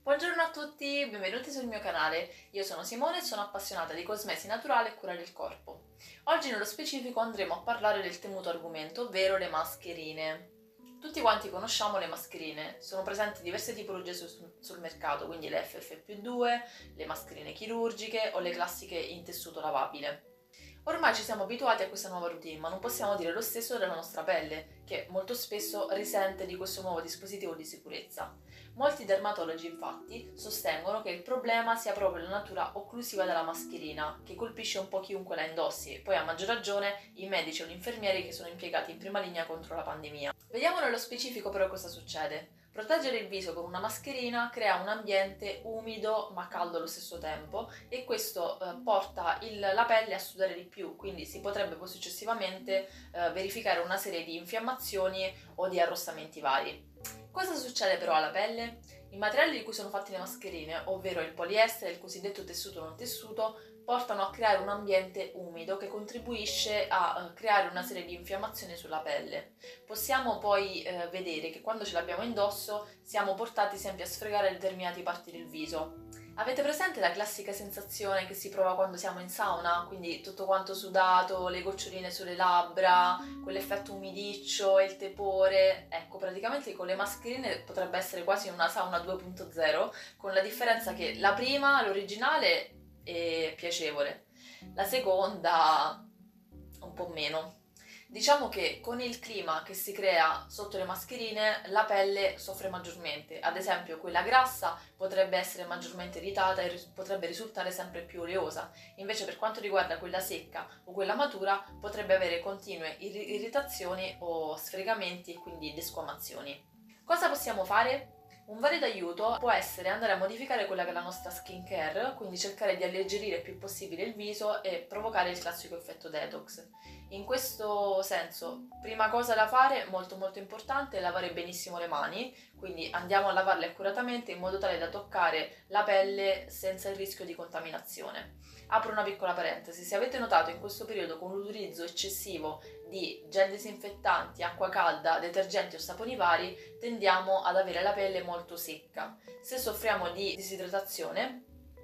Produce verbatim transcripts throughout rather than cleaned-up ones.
Buongiorno a tutti, benvenuti sul mio canale. Io sono Simone e sono appassionata di cosmesi naturale e cura del corpo. Oggi nello specifico andremo a parlare del temuto argomento, ovvero le mascherine. Tutti quanti conosciamo le mascherine, sono presenti diverse tipologie sul, sul mercato, quindi le F F P due, le mascherine chirurgiche o le classiche in tessuto lavabile. Ormai ci siamo abituati a questa nuova routine, ma non possiamo dire lo stesso della nostra pelle, che molto spesso risente di questo nuovo dispositivo di sicurezza. Molti dermatologi infatti sostengono che il problema sia proprio la natura occlusiva della mascherina, che colpisce un po' chiunque la indossi, e poi a maggior ragione i medici o gli infermieri che sono impiegati in prima linea contro la pandemia. Vediamo nello specifico però cosa succede. Proteggere il viso con una mascherina crea un ambiente umido ma caldo allo stesso tempo e questo eh, porta il, la pelle a sudare di più, quindi si potrebbe poi successivamente eh, verificare una serie di infiammazioni o di arrossamenti vari. Cosa succede però alla pelle? I materiali di cui sono fatte le mascherine, ovvero il poliestere e il cosiddetto tessuto non tessuto, portano a creare un ambiente umido che contribuisce a creare una serie di infiammazioni sulla pelle. Possiamo poi eh, vedere che quando ce l'abbiamo indosso siamo portati sempre a sfregare determinate parti del viso. Avete presente la classica sensazione che si prova quando siamo in sauna? Quindi tutto quanto sudato, le goccioline sulle labbra, quell'effetto umidiccio e il tepore? Ecco, praticamente con le mascherine potrebbe essere quasi una sauna due punto zero, con la differenza che la prima, l'originale, è piacevole, la seconda un po' meno. Diciamo che con il clima che si crea sotto le mascherine la pelle soffre maggiormente, ad esempio quella grassa potrebbe essere maggiormente irritata e potrebbe risultare sempre più oleosa, invece per quanto riguarda quella secca o quella matura potrebbe avere continue irritazioni o sfregamenti e quindi desquamazioni. Cosa possiamo fare? Un valido aiuto può essere andare a modificare quella che è la nostra skin care, quindi cercare di alleggerire il più possibile il viso e provocare il classico effetto detox. In questo senso, prima cosa da fare, molto molto importante, è lavare benissimo le mani, quindi andiamo a lavarle accuratamente in modo tale da toccare la pelle senza il rischio di contaminazione. Apro una piccola parentesi, se avete notato in questo periodo con l'utilizzo eccessivo di gel disinfettanti, acqua calda, detergenti o saponi vari, tendiamo ad avere la pelle molto secca. Se soffriamo di disidratazione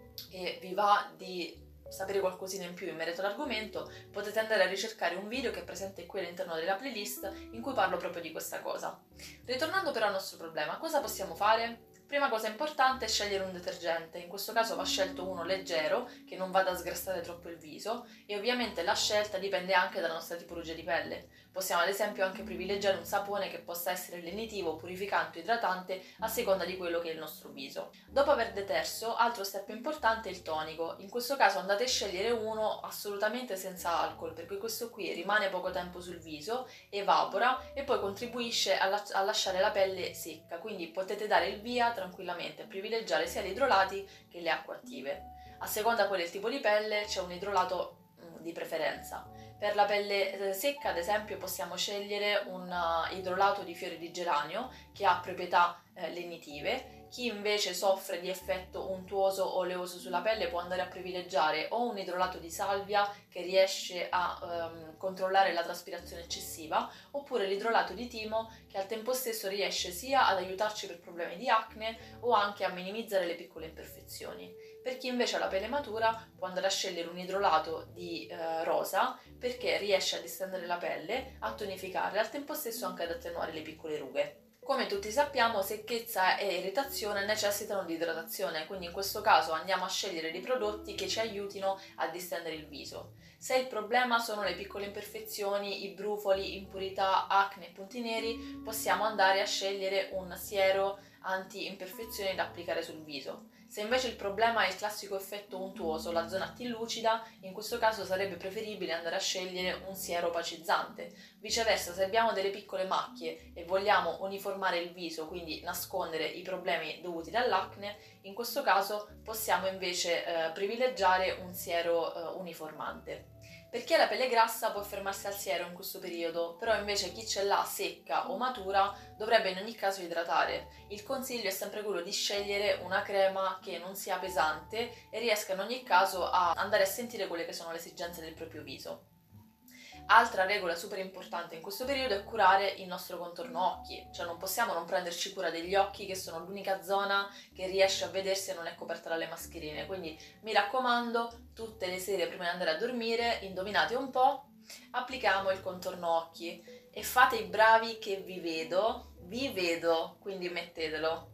e vi va di sapere qualcosina in più in merito all'argomento, potete andare a ricercare un video che è presente qui all'interno della playlist in cui parlo proprio di questa cosa. Ritornando però al nostro problema, cosa possiamo fare? Prima cosa importante è scegliere un detergente, in questo caso va scelto uno leggero che non vada a sgrassare troppo il viso e ovviamente la scelta dipende anche dalla nostra tipologia di pelle. Possiamo ad esempio anche privilegiare un sapone che possa essere lenitivo, purificante o idratante a seconda di quello che è il nostro viso. Dopo aver deterso, altro step importante è il tonico, in questo caso andate a scegliere uno assolutamente senza alcol perché questo qui rimane poco tempo sul viso, evapora e poi contribuisce a, la- a lasciare la pelle secca, quindi potete dare il via tranquillamente a privilegiare sia gli idrolati che le acque attive. A seconda poi del tipo di pelle c'è un idrolato mh, di preferenza. Per la pelle secca ad esempio possiamo scegliere un uh, idrolato di fiori di geranio che ha proprietà eh, lenitive. Chi invece soffre di effetto untuoso o oleoso sulla pelle può andare a privilegiare o un idrolato di salvia che riesce a um, controllare la traspirazione eccessiva, oppure l'idrolato di timo che al tempo stesso riesce sia ad aiutarci per problemi di acne o anche a minimizzare le piccole imperfezioni. Per chi invece ha la pelle matura può andare a scegliere un idrolato di eh, rosa perché riesce a distendere la pelle, a tonificarla e al tempo stesso anche ad attenuare le piccole rughe. Come tutti sappiamo, secchezza e irritazione necessitano di idratazione, quindi in questo caso andiamo a scegliere dei prodotti che ci aiutino a distendere il viso. Se il problema sono le piccole imperfezioni, i brufoli, impurità, acne e punti neri, possiamo andare a scegliere un siero anti-imperfezioni da applicare sul viso. Se invece il problema è il classico effetto untuoso, la zona T lucida, in questo caso sarebbe preferibile andare a scegliere un siero opacizzante. Viceversa, se abbiamo delle piccole macchie e vogliamo uniformare il viso, quindi nascondere i problemi dovuti dall'acne, in questo caso possiamo invece eh, privilegiare un siero eh, uniformante. Per chi ha la pelle grassa può fermarsi al siero in questo periodo, però invece chi ce l'ha secca o matura dovrebbe in ogni caso idratare. Il consiglio è sempre quello di scegliere una crema che non sia pesante e riesca in ogni caso a andare a sentire quelle che sono le esigenze del proprio viso. Altra regola super importante in questo periodo è curare il nostro contorno occhi, cioè non possiamo non prenderci cura degli occhi, che sono l'unica zona che riesce a vedersi e non è coperta dalle mascherine. Quindi mi raccomando, tutte le sere prima di andare a dormire, indovinate un po', applichiamo il contorno occhi e fate i bravi che vi vedo, vi vedo, quindi mettetelo.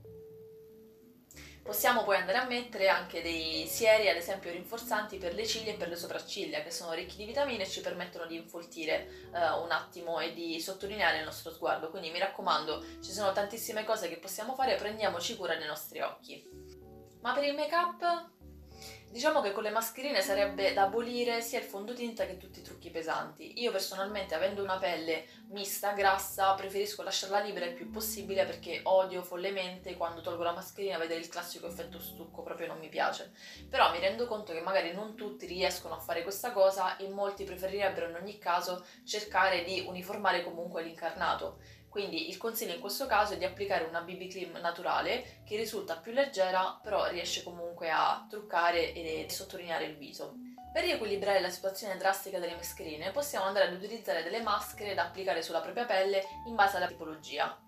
Possiamo poi andare a mettere anche dei sieri, ad esempio rinforzanti per le ciglia e per le sopracciglia, che sono ricchi di vitamine e ci permettono di infoltire eh, un attimo e di sottolineare il nostro sguardo. Quindi mi raccomando, ci sono tantissime cose che possiamo fare, prendiamoci cura dei nostri occhi. Ma per il make-up, diciamo che con le mascherine sarebbe da abolire sia il fondotinta che tutti i trucchi pesanti. Io personalmente, avendo una pelle mista, grassa, preferisco lasciarla libera il più possibile perché odio follemente quando tolgo la mascherina vedere il classico effetto stucco, proprio non mi piace. Però mi rendo conto che magari non tutti riescono a fare questa cosa e molti preferirebbero in ogni caso cercare di uniformare comunque l'incarnato. Quindi il consiglio in questo caso è di applicare una B B cream naturale che risulta più leggera, però riesce comunque a truccare e sottolineare il viso. Per riequilibrare la situazione drastica delle mascherine possiamo andare ad utilizzare delle maschere da applicare sulla propria pelle in base alla tipologia.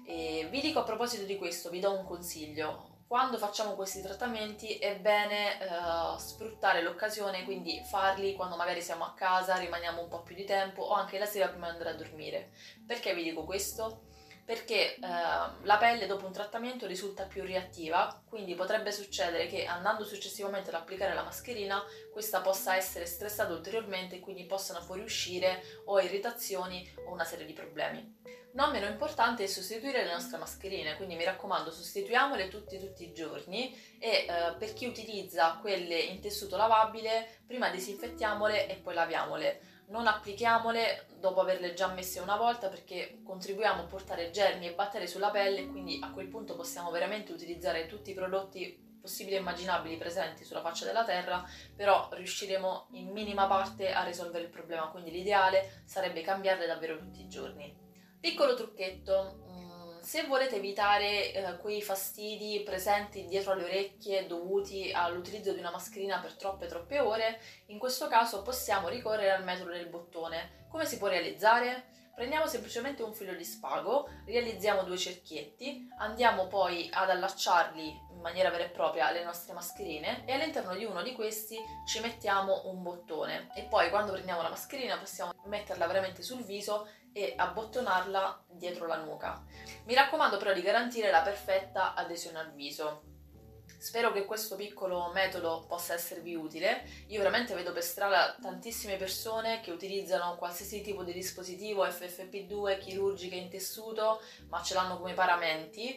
E vi dico a proposito di questo, vi do un consiglio. Quando facciamo questi trattamenti è bene eh, sfruttare l'occasione, quindi farli quando magari siamo a casa, rimaniamo un po' più di tempo o anche la sera prima di andare a dormire. Perché vi dico questo? Perché eh, la pelle dopo un trattamento risulta più reattiva, quindi potrebbe succedere che andando successivamente ad applicare la mascherina questa possa essere stressata ulteriormente e quindi possano fuoriuscire o irritazioni o una serie di problemi. Non meno importante è sostituire le nostre mascherine, quindi mi raccomando sostituiamole tutti tutti i giorni e eh, per chi utilizza quelle in tessuto lavabile prima disinfettiamole e poi laviamole. Non applichiamole dopo averle già messe una volta perché contribuiamo a portare germi e batteri sulla pelle e quindi a quel punto possiamo veramente utilizzare tutti i prodotti possibili e immaginabili presenti sulla faccia della terra, però riusciremo in minima parte a risolvere il problema, quindi l'ideale sarebbe cambiarle davvero tutti i giorni. Piccolo trucchetto, se volete evitare eh, quei fastidi presenti dietro alle orecchie dovuti all'utilizzo di una mascherina per troppe troppe ore, in questo caso possiamo ricorrere al metodo del bottone. Come si può realizzare? Prendiamo semplicemente un filo di spago, realizziamo due cerchietti, andiamo poi ad allacciarli in maniera vera e propria alle nostre mascherine e all'interno di uno di questi ci mettiamo un bottone e poi quando prendiamo la mascherina possiamo metterla veramente sul viso e abbottonarla dietro la nuca. Mi raccomando però di garantire la perfetta adesione al viso. Spero che questo piccolo metodo possa esservi utile. Io veramente vedo per strada tantissime persone che utilizzano qualsiasi tipo di dispositivo F F P due, chirurgiche in tessuto, ma ce l'hanno come paramenti.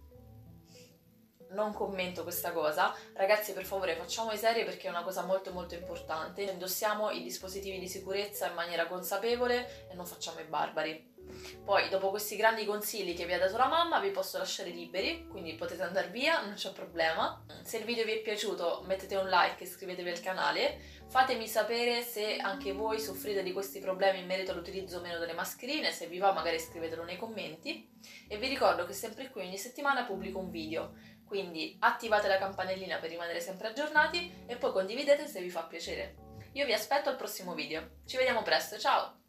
Non commento questa cosa. Ragazzi, per favore facciamo i seri perché è una cosa molto molto importante. Indossiamo i dispositivi di sicurezza in maniera consapevole e non facciamo i barbari. Poi, dopo questi grandi consigli che vi ha dato la mamma, vi posso lasciare liberi, quindi potete andare via, non c'è problema. Se il video vi è piaciuto mettete un like e iscrivetevi al canale. Fatemi sapere se anche voi soffrite di questi problemi in merito all'utilizzo o meno delle mascherine, se vi va magari scrivetelo nei commenti. E vi ricordo che sempre qui ogni settimana pubblico un video, quindi attivate la campanellina per rimanere sempre aggiornati e poi condividete se vi fa piacere. Io vi aspetto al prossimo video. Ci vediamo presto, ciao!